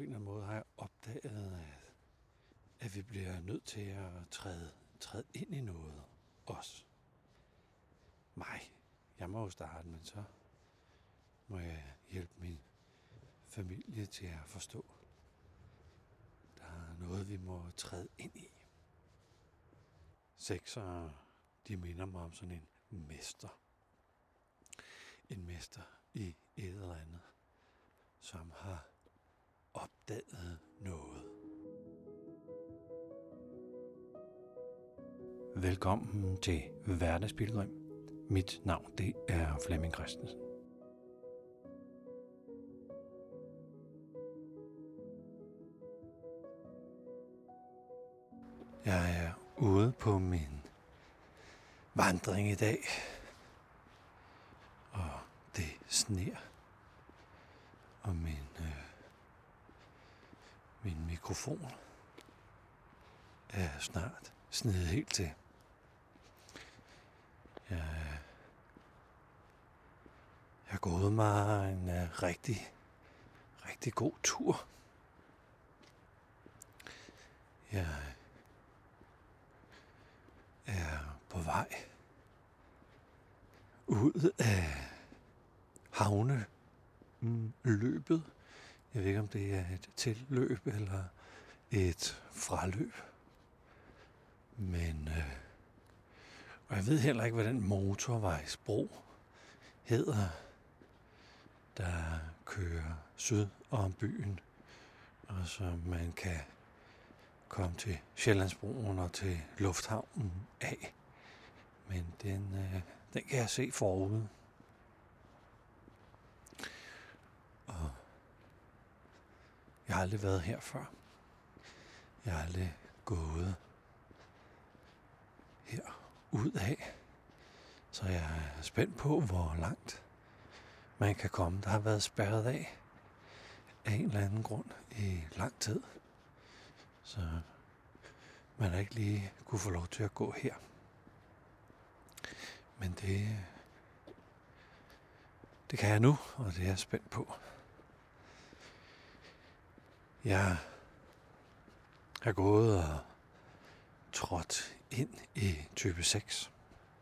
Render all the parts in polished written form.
en eller anden måde har jeg opdaget, at vi bliver nødt til at træde ind i noget også. Jeg må jo starte, men så må jeg hjælpe min familie til at forstå. Der er noget, vi må træde ind i. Seksere, de minder mig om sådan en mester. En mester i et eller andet, som har opdaget noget. Velkommen til Hverdagspilgrim. Mit navn, det er Flemming Christensen. Jeg er ude på min vandring i dag, og det sner, og min mikrofon er snart snedet helt til. Jeg har gået mig en rigtig god tur. Jeg er på vej ud af havneløbet. Jeg ved ikke, om det er et tilløb eller et fraløb. Men og jeg ved heller ikke, hvad den motorvejsbro hedder, der kører syd om byen, og så man kan komme til Sjællandsbroen og til lufthavnen af. Men den kan jeg se forude. Og jeg har aldrig været her før. Jeg har aldrig gået her ud af. Så jeg er spændt på, hvor langt man kan komme. Der har været spærret af en eller anden grund i lang tid. Så man har ikke lige kunne få lov til at gå her. Men det kan jeg nu, og det er jeg spændt på. Jeg har gået og trådt ind i type 6.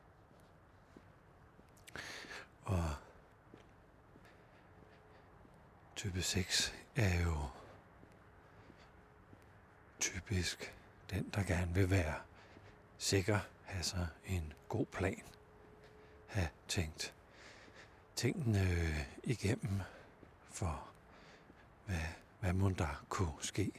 Og type 6 er jo typisk den, der gerne vil være sikker, have sig en god plan, have tænkt tingene igennem for, hvad må der kunne ske.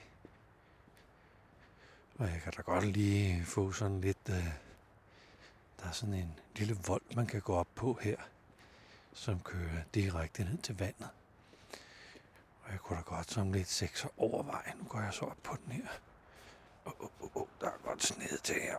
Og jeg kan da godt lige få sådan lidt, der er sådan en lille vold, man kan gå op på her, som kører direkte ned til vandet. Og jeg kunne da godt som lidt sekser overveje. Nu går jeg så op på den her. Der er godt sned til her.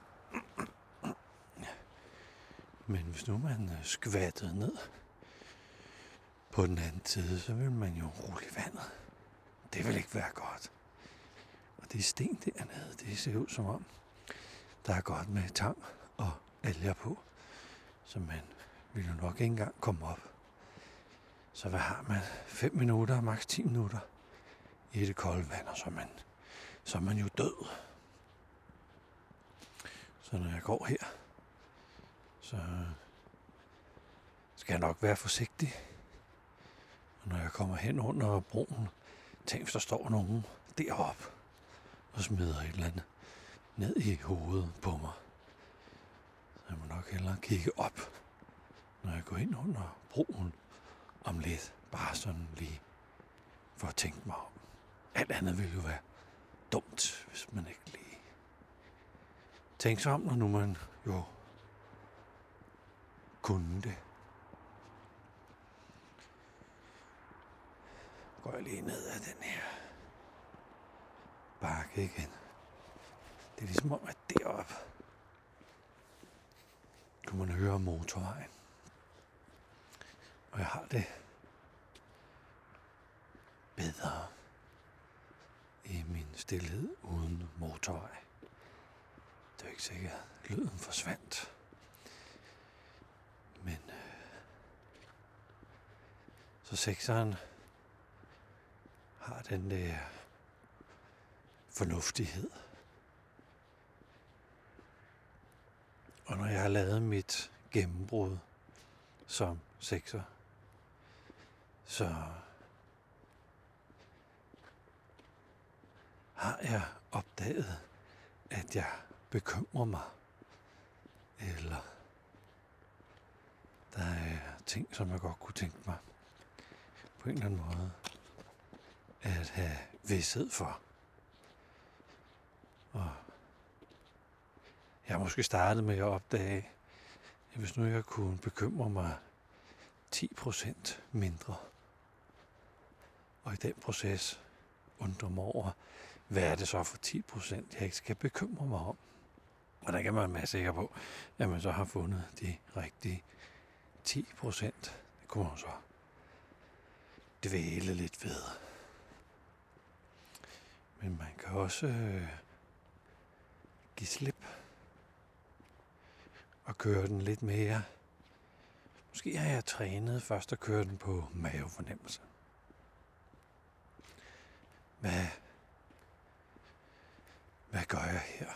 Men hvis nu man skvattede ned på den anden side, så vil man jo rulle i vandet. Det vil ikke være godt. Og det er sten dernede. Det ser ud som om, der er godt med tang og alger på. Så man vil jo nok ikke engang komme op. Så hvad har man? 5 minutter, maks 10 minutter i det kolde vand, og så er man jo død. Så når jeg går her, så skal jeg nok være forsigtig. Og når jeg kommer hen under broen, tænk hvis der står nogen deroppe og smider et eller andet ned i hovedet på mig. Så jeg må nok hellere kigge op, når jeg går ind under broen om lidt. Bare sådan lige for at tænke mig om. Alt andet ville jo være dumt, hvis man ikke lige tænker sig om, når nu man jo kunne det. Går jeg lige ned ad den her bakke igen. Det er ligesom om, at deroppe kunne man høre motorvejen. Og jeg har det bedre i min stilhed uden motorvej. Det er ikke sikkert, at lyden forsvandt. Men så sekseren har den der fornuftighed. Og når jeg har lavet mit gennembrud som sekser, så har jeg opdaget, at jeg bekymrer mig. Eller der er ting, som jeg godt kunne tænke mig på en eller anden måde at have vished for. Og jeg har måske startet med at opdage, at hvis nu jeg kunne bekymre mig 10% mindre, og i den proces undre mig over, hvad er det så for 10%, jeg ikke skal bekymre mig om. Og der kan man være sikker på, at man så har fundet de rigtige 10%. Det kunne man så dvæle lidt ved. Men man kan også give slip og køre den lidt mere. Måske har jeg trænet først at køre den på mavefornemmelse. Hvad gør jeg her?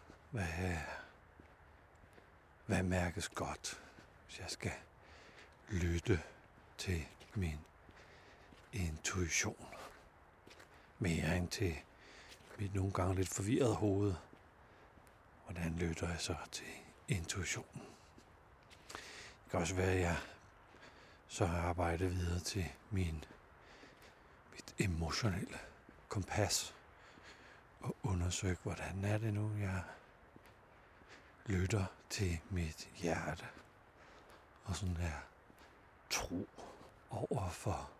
Hvad mærkes godt, hvis jeg skal lytte til min intuition? Mere end til mit nogle gange lidt forvirrede hoved. Hvordan lytter jeg så til intuitionen? Det kan også være, at jeg så har arbejdet videre til mit emotionelle kompas og undersøgt, hvordan er det nu, jeg lytter til mit hjerte og sådan er tro over for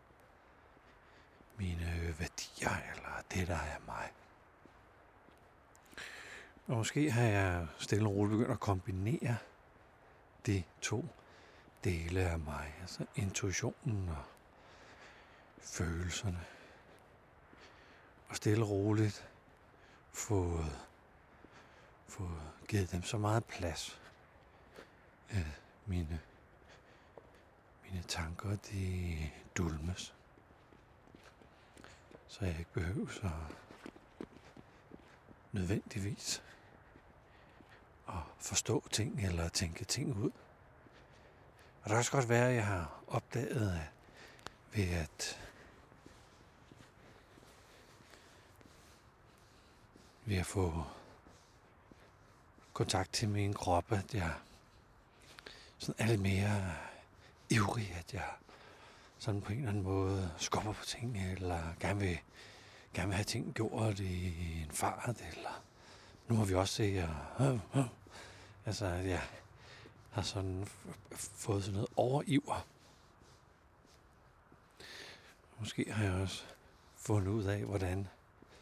mine værdier eller det, der er mig. Og måske har jeg stille og roligt begyndt at kombinere de to dele af mig, altså intuitionen og følelserne. Og stille og roligt få givet dem så meget plads, at mine tanker, de dulmes. Så jeg ikke behøver så nødvendigvis at forstå ting eller tænke ting ud. Og det kan også godt være, at jeg har opdaget, at ved at få kontakt til min krop, at jeg sådan er lidt mere ivrig, at jeg sådan på en eller anden måde skubber på ting, eller gerne vil have ting gjort i en fart, eller nu har vi også set, altså at jeg har sådan fået sådan noget overiver. Måske har jeg også fundet ud af, hvordan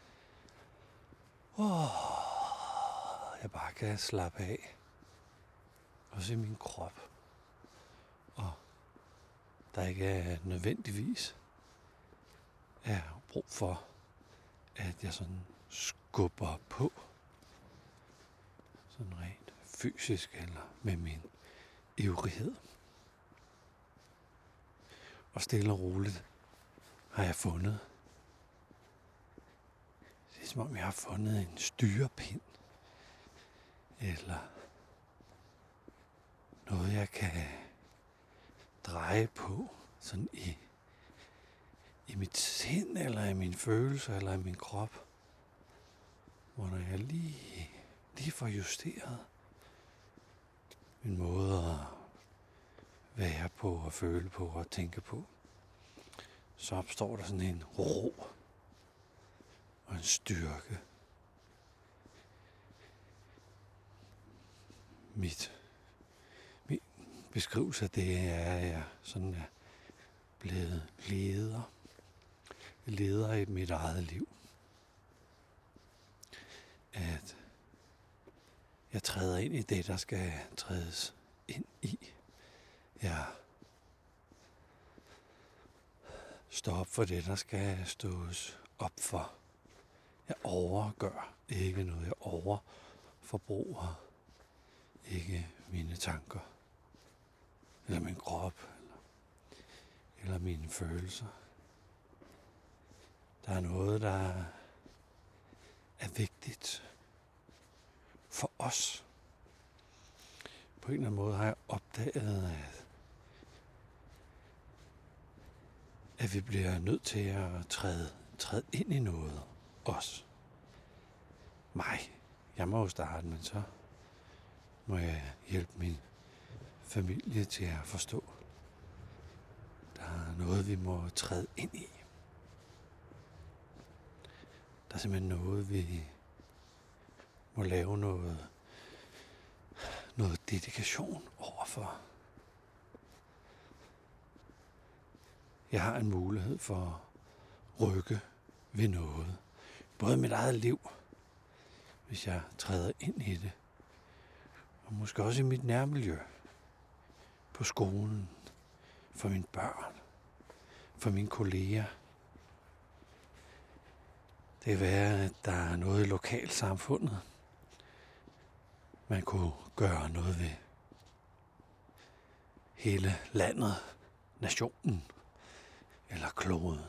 jeg bare kan slappe af, også i min krop, og der ikke er nødvendigvis er brug for, at jeg sådan skubber på, sådan rent fysisk eller med min ivrighed. Og stille og roligt har jeg fundet, det er som om jeg har fundet en styrepind, eller noget jeg kan dreje på, sådan i mit sind, eller i mine følelser, eller i min krop, hvor når jeg lige får justeret min måde at være på, og føle på, og tænke på, så opstår der sådan en ro og en styrke. Min beskrivelse af det er, at jeg sådan er blevet leder i mit eget liv. At jeg træder ind i det, der skal trædes ind i. Jeg står op for det, der skal stås op for. Jeg overgør ikke noget. Jeg overforbruger ikke mine tanker, eller min krop, eller mine følelser. Der er noget, der er vigtigt for os. På en eller anden måde har jeg opdaget, at vi bliver nødt til at træde ind i noget også. Jeg må jo starte, men så må jeg hjælpe min familie til at forstå. Der er noget, vi må træde ind i. Der er simpelthen noget, vi må lave noget dedikation overfor. Jeg har en mulighed for at rykke ved noget. Både i mit eget liv, hvis jeg træder ind i det. Og måske også i mit nærmiljø. På skolen. For mine børn. For mine kolleger. Det kan være, at der er noget i lokalsamfundet, man kunne gøre noget ved. Hele landet, nationen eller kloden.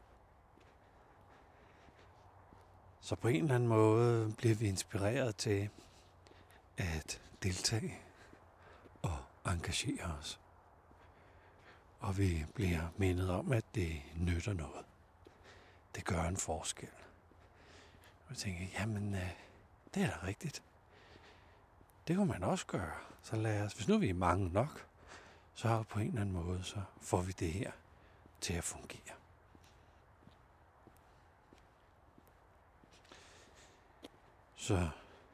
Så på en eller anden måde bliver vi inspireret til at deltage og engagere os. Og vi bliver mindet om, at det nytter noget. Det gør en forskel. Og jeg tænker, jamen, det er da rigtigt. Det kunne man også gøre. Så lad os, hvis nu vi er mange nok, så på en eller anden måde, så får vi det her til at fungere. Så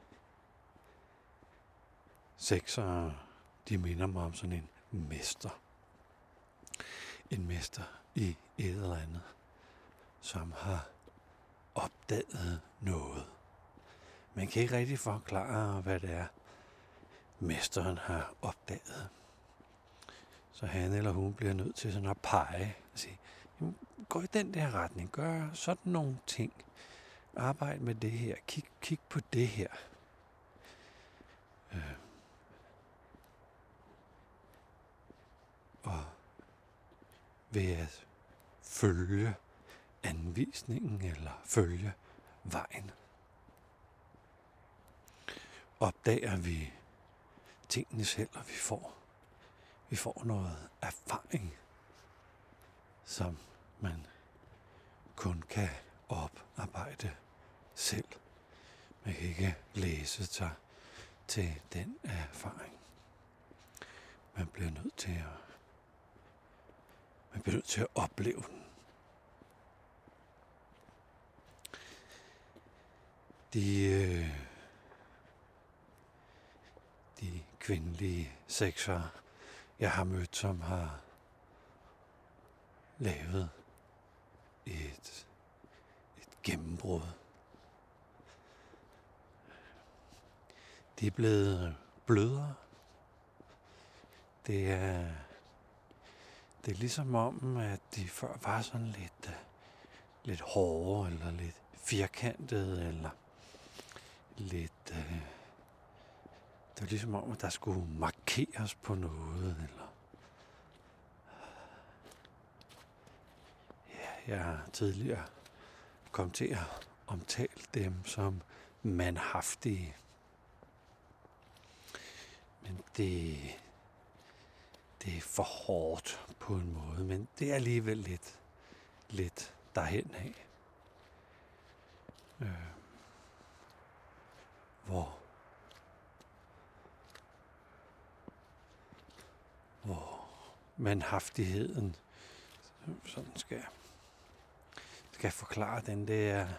seksere, de minder mig om sådan en mester. En mester i et eller andet, som har opdaget noget. Man kan ikke rigtig forklare, hvad det er, mesteren har opdaget. Så han eller hun bliver nødt til sådan at pege og sige, gå i den der retning, gør sådan nogle ting. Arbejd med det her, kig på det her. Og ved at følge anvisningen eller følge vejen, opdager vi tingene selv, og vi får noget erfaring, som man kun kan oparbejde selv. Man kan ikke læse sig til den erfaring. Man bliver nødt til at opleve den. De kvindelige seksere, jeg har mødt, som har lavet et gennembrud. De er blevet blødere. Det er ligesom om, at de før var sådan lidt hårde, eller lidt firkantede, eller lidt... Det var ligesom om, at der skulle markeres på noget, eller... Ja, jeg har tidligere kommet til at omtale dem som manhaftige. Men det er for hårdt på en måde, men det er alligevel lidt derhen af. Hvor manhaftigheden sådan skal forklare den, det er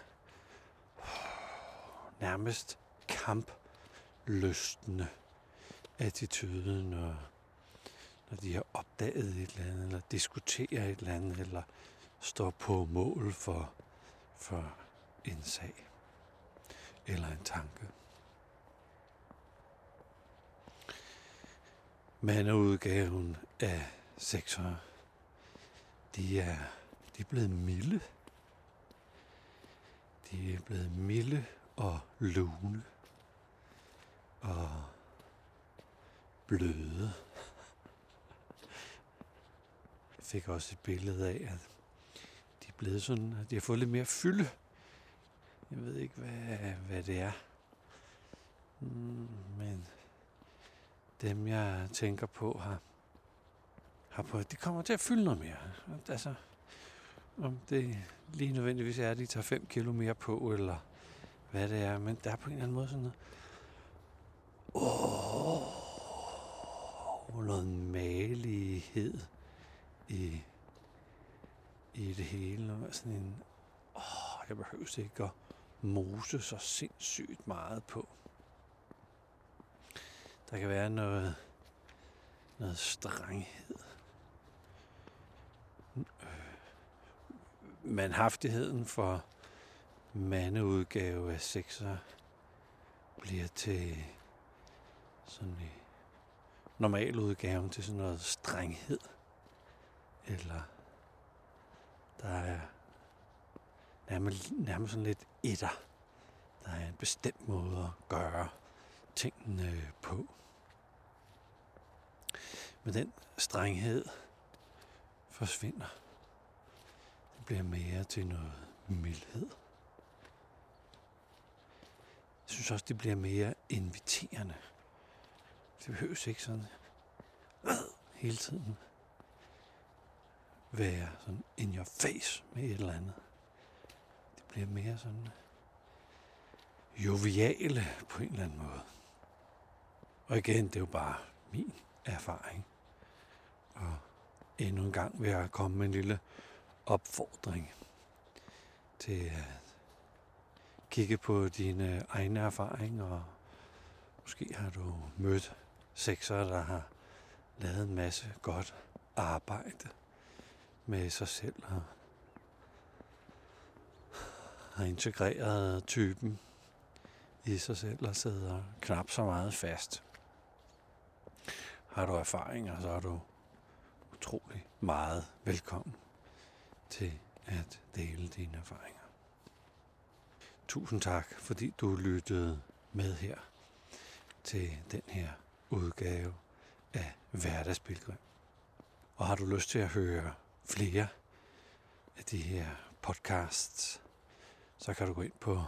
nærmest kamplystende attitude, når de har opdaget et eller andet, eller diskuterer et eller andet, eller står på mål for en sag eller en tanke. Mandeudgaven af seksere, de er blevet milde. De er blevet milde og lune og bløde. Jeg fik også et billede af, at de er blevet sådan, at de har fået lidt mere fylde Jeg ved ikke, hvad det er. Men dem, jeg tænker på, det kommer til at fylde noget mere. Altså, om det lige nødvendigvis er, at de tager 5 kilo mere på, eller hvad det er. Men der er på en eller anden måde sådan noget. Noget malighed i det hele. Sådan en, jeg behøver ikke at mose så sindssygt meget på. Der kan være noget strenghed. Manhaftigheden for mandeudgave af sexer bliver til sådan i normaludgaven til sådan noget strenghed. Eller der er nærmest sådan lidt etter. Der er en bestemt måde at gøre tingene på. Men den strenghed forsvinder. Det bliver mere til noget mildhed. Jeg synes også, det bliver mere inviterende. Det behøves ikke sådan hele tiden være sådan in your face med et eller andet. Det bliver mere sådan joviale på en eller anden måde. Og igen, det er jo bare min erfaring. Og endnu en gang vil jeg komme med en lille opfordring til at kigge på dine egne erfaringer. Og måske har du mødt sexere, der har lavet en masse godt arbejde med sig selv og har integreret typen i sig selv og sidder knap så meget fast. Har du erfaringer, så er du utrolig meget velkommen til at dele dine erfaringer. Tusind tak, fordi du lyttede med her til den her udgave af Hverdagspilgrim. Og har du lyst til at høre flere af de her podcasts, så kan du gå ind på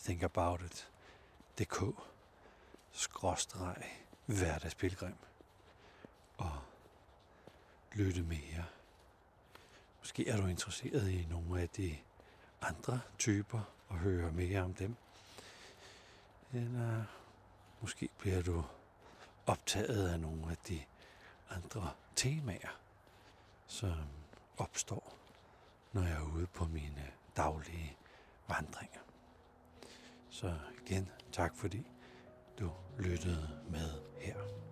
thinkaboutit.dk/hverdagspilgrim og lytte mere. Måske er du interesseret i nogle af de andre typer og høre mere om dem. Eller måske bliver du optaget af nogle af de andre temaer, som opstår, når jeg er ude på mine daglige vandringer. Så igen, tak fordi du lyttede med her.